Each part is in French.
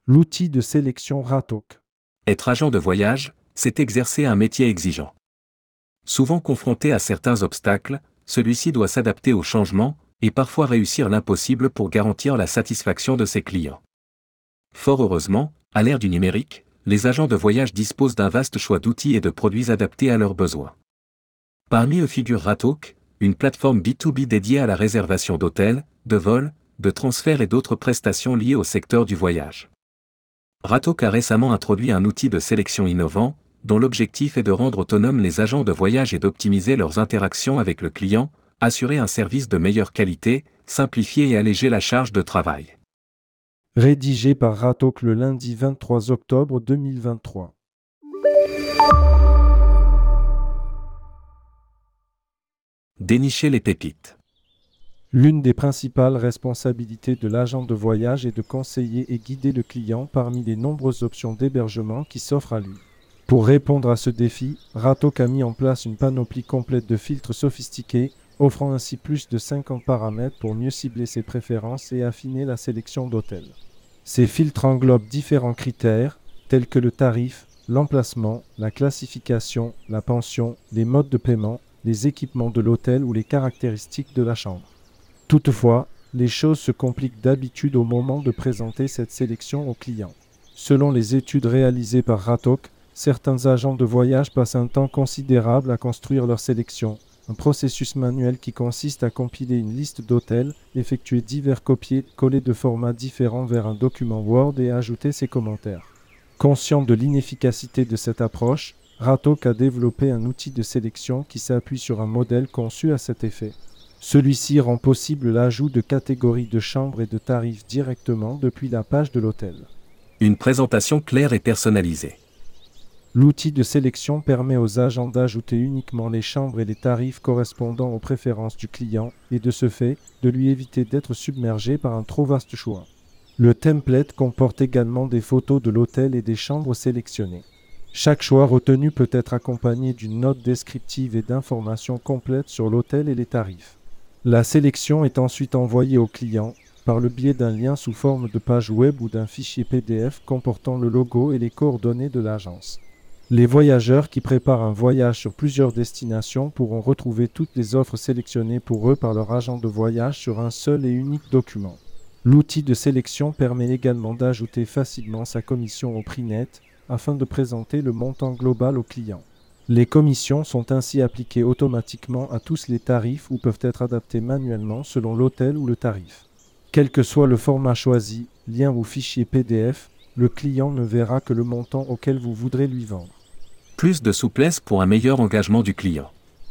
L'outil de sélection Ratok. Être agent de voyage, c'est exercer un métier exigeant. Souvent confronté à certains obstacles, celui-ci doit s'adapter aux changements, et parfois réussir l'impossible pour garantir la satisfaction de ses clients. Fort heureusement, à l'ère du numérique, les agents de voyage disposent d'un vaste choix d'outils et de produits adaptés à leurs besoins. Parmi eux figure Ratok, une plateforme B2B dédiée à la réservation d'hôtels, de vols, de transferts et d'autres prestations liées au secteur du voyage. Ratok a récemment introduit un outil de sélection innovant, dont l'objectif est de rendre autonomes les agents de voyage et d'optimiser leurs interactions avec le client, assurer un service de meilleure qualité, simplifier et alléger la charge de travail. Rédigé par Ratok le lundi 23 octobre 2023. Dénicher les pépites. L'une des principales responsabilités de l'agent de voyage est de conseiller et guider le client parmi les nombreuses options d'hébergement qui s'offrent à lui. Pour répondre à ce défi, Ratok a mis en place une panoplie complète de filtres sophistiqués, offrant ainsi plus de 50 paramètres pour mieux cibler ses préférences et affiner la sélection d'hôtels. Ces filtres englobent différents critères, tels que le tarif, l'emplacement, la classification, la pension, les modes de paiement, les équipements de l'hôtel ou les caractéristiques de la chambre. Toutefois, les choses se compliquent d'habitude au moment de présenter cette sélection aux clients. Selon les études réalisées par Ratok, certains agents de voyage passent un temps considérable à construire leur sélection, un processus manuel qui consiste à compiler une liste d'hôtels, effectuer divers copier-coller de formats différents vers un document Word et ajouter ses commentaires. Conscient de l'inefficacité de cette approche, Ratok a développé un outil de sélection qui s'appuie sur un modèle conçu à cet effet. Celui-ci rend possible l'ajout de catégories de chambres et de tarifs directement depuis la page de l'hôtel. Une présentation claire et personnalisée. L'outil de sélection permet aux agents d'ajouter uniquement les chambres et les tarifs correspondant aux préférences du client et de ce fait, de lui éviter d'être submergé par un trop vaste choix. Le template comporte également des photos de l'hôtel et des chambres sélectionnées. Chaque choix retenu peut être accompagné d'une note descriptive et d'informations complètes sur l'hôtel et les tarifs. La sélection est ensuite envoyée au client par le biais d'un lien sous forme de page web ou d'un fichier PDF comportant le logo et les coordonnées de l'agence. Les voyageurs qui préparent un voyage sur plusieurs destinations pourront retrouver toutes les offres sélectionnées pour eux par leur agent de voyage sur un seul et unique document. L'outil de sélection permet également d'ajouter facilement sa commission au prix net afin de présenter le montant global au client. Les commissions sont ainsi appliquées automatiquement à tous les tarifs ou peuvent être adaptées manuellement selon l'hôtel ou le tarif. Quel que soit le format choisi, lien ou fichier PDF, le client ne verra que le montant auquel vous voudrez lui vendre. Plus de souplesse pour un meilleur engagement du client.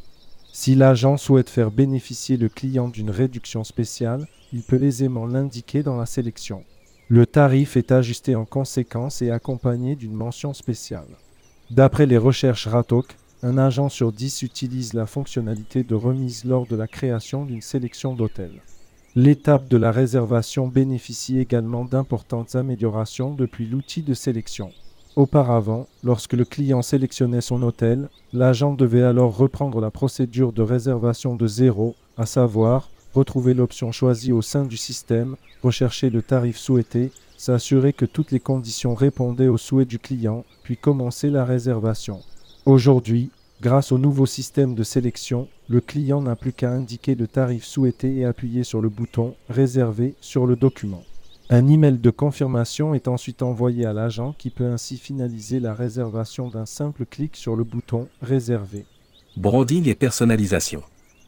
Si l'agent souhaite faire bénéficier le client d'une réduction spéciale, il peut aisément l'indiquer dans la sélection. Le tarif est ajusté en conséquence et accompagné d'une mention spéciale. D'après les recherches Ratok, un agent sur 10 utilise la fonctionnalité de remise lors de la création d'une sélection d'hôtels. L'étape de la réservation bénéficie également d'importantes améliorations depuis l'outil de sélection. Auparavant, lorsque le client sélectionnait son hôtel, l'agent devait alors reprendre la procédure de réservation de zéro, à savoir retrouver l'option choisie au sein du système, rechercher le tarif souhaité, s'assurer que toutes les conditions répondaient aux souhaits du client, puis commencer la réservation. Aujourd'hui, grâce au nouveau système de sélection, le client n'a plus qu'à indiquer le tarif souhaité et appuyer sur le bouton « Réserver » sur le document. Un email de confirmation est ensuite envoyé à l'agent qui peut ainsi finaliser la réservation d'un simple clic sur le bouton « Réserver ». Branding et personnalisation.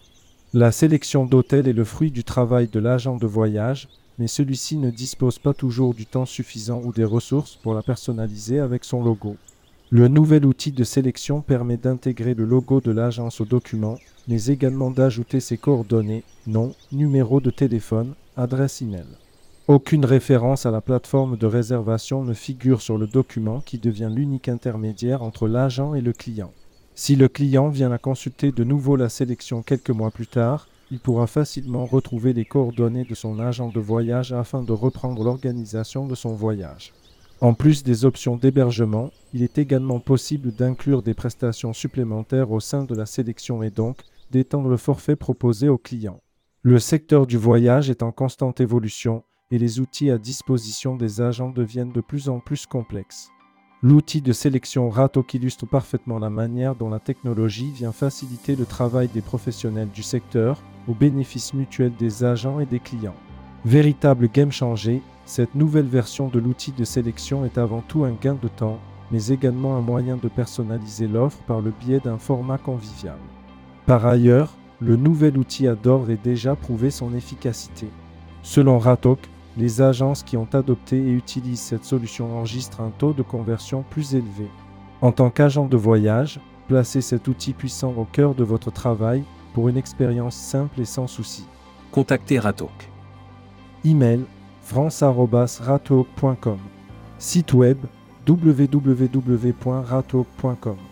La sélection d'hôtels est le fruit du travail de l'agent de voyage, mais celui-ci ne dispose pas toujours du temps suffisant ou des ressources pour la personnaliser avec son logo. Le nouvel outil de sélection permet d'intégrer le logo de l'agence au document, mais également d'ajouter ses coordonnées, nom, numéro de téléphone, adresse email. Aucune référence à la plateforme de réservation ne figure sur le document qui devient l'unique intermédiaire entre l'agent et le client. Si le client vient à consulter de nouveau la sélection quelques mois plus tard, il pourra facilement retrouver les coordonnées de son agent de voyage afin de reprendre l'organisation de son voyage. En plus des options d'hébergement, il est également possible d'inclure des prestations supplémentaires au sein de la sélection et donc d'étendre le forfait proposé aux clients. Le secteur du voyage est en constante évolution et les outils à disposition des agents deviennent de plus en plus complexes. L'outil de sélection Ratok illustre parfaitement la manière dont la technologie vient faciliter le travail des professionnels du secteur au bénéfice mutuel des agents et des clients. Véritable game changer, cette nouvelle version de l'outil de sélection est avant tout un gain de temps, mais également un moyen de personnaliser l'offre par le biais d'un format convivial. Par ailleurs, le nouvel outil a d'ores et déjà prouvé son efficacité. Selon Ratok, les agences qui ont adopté et utilisent cette solution enregistrent un taux de conversion plus élevé. En tant qu'agent de voyage, placez cet outil puissant au cœur de votre travail pour une expérience simple et sans souci. Contactez Ratok. Email france@ratok.com. Site web www.ratok.com.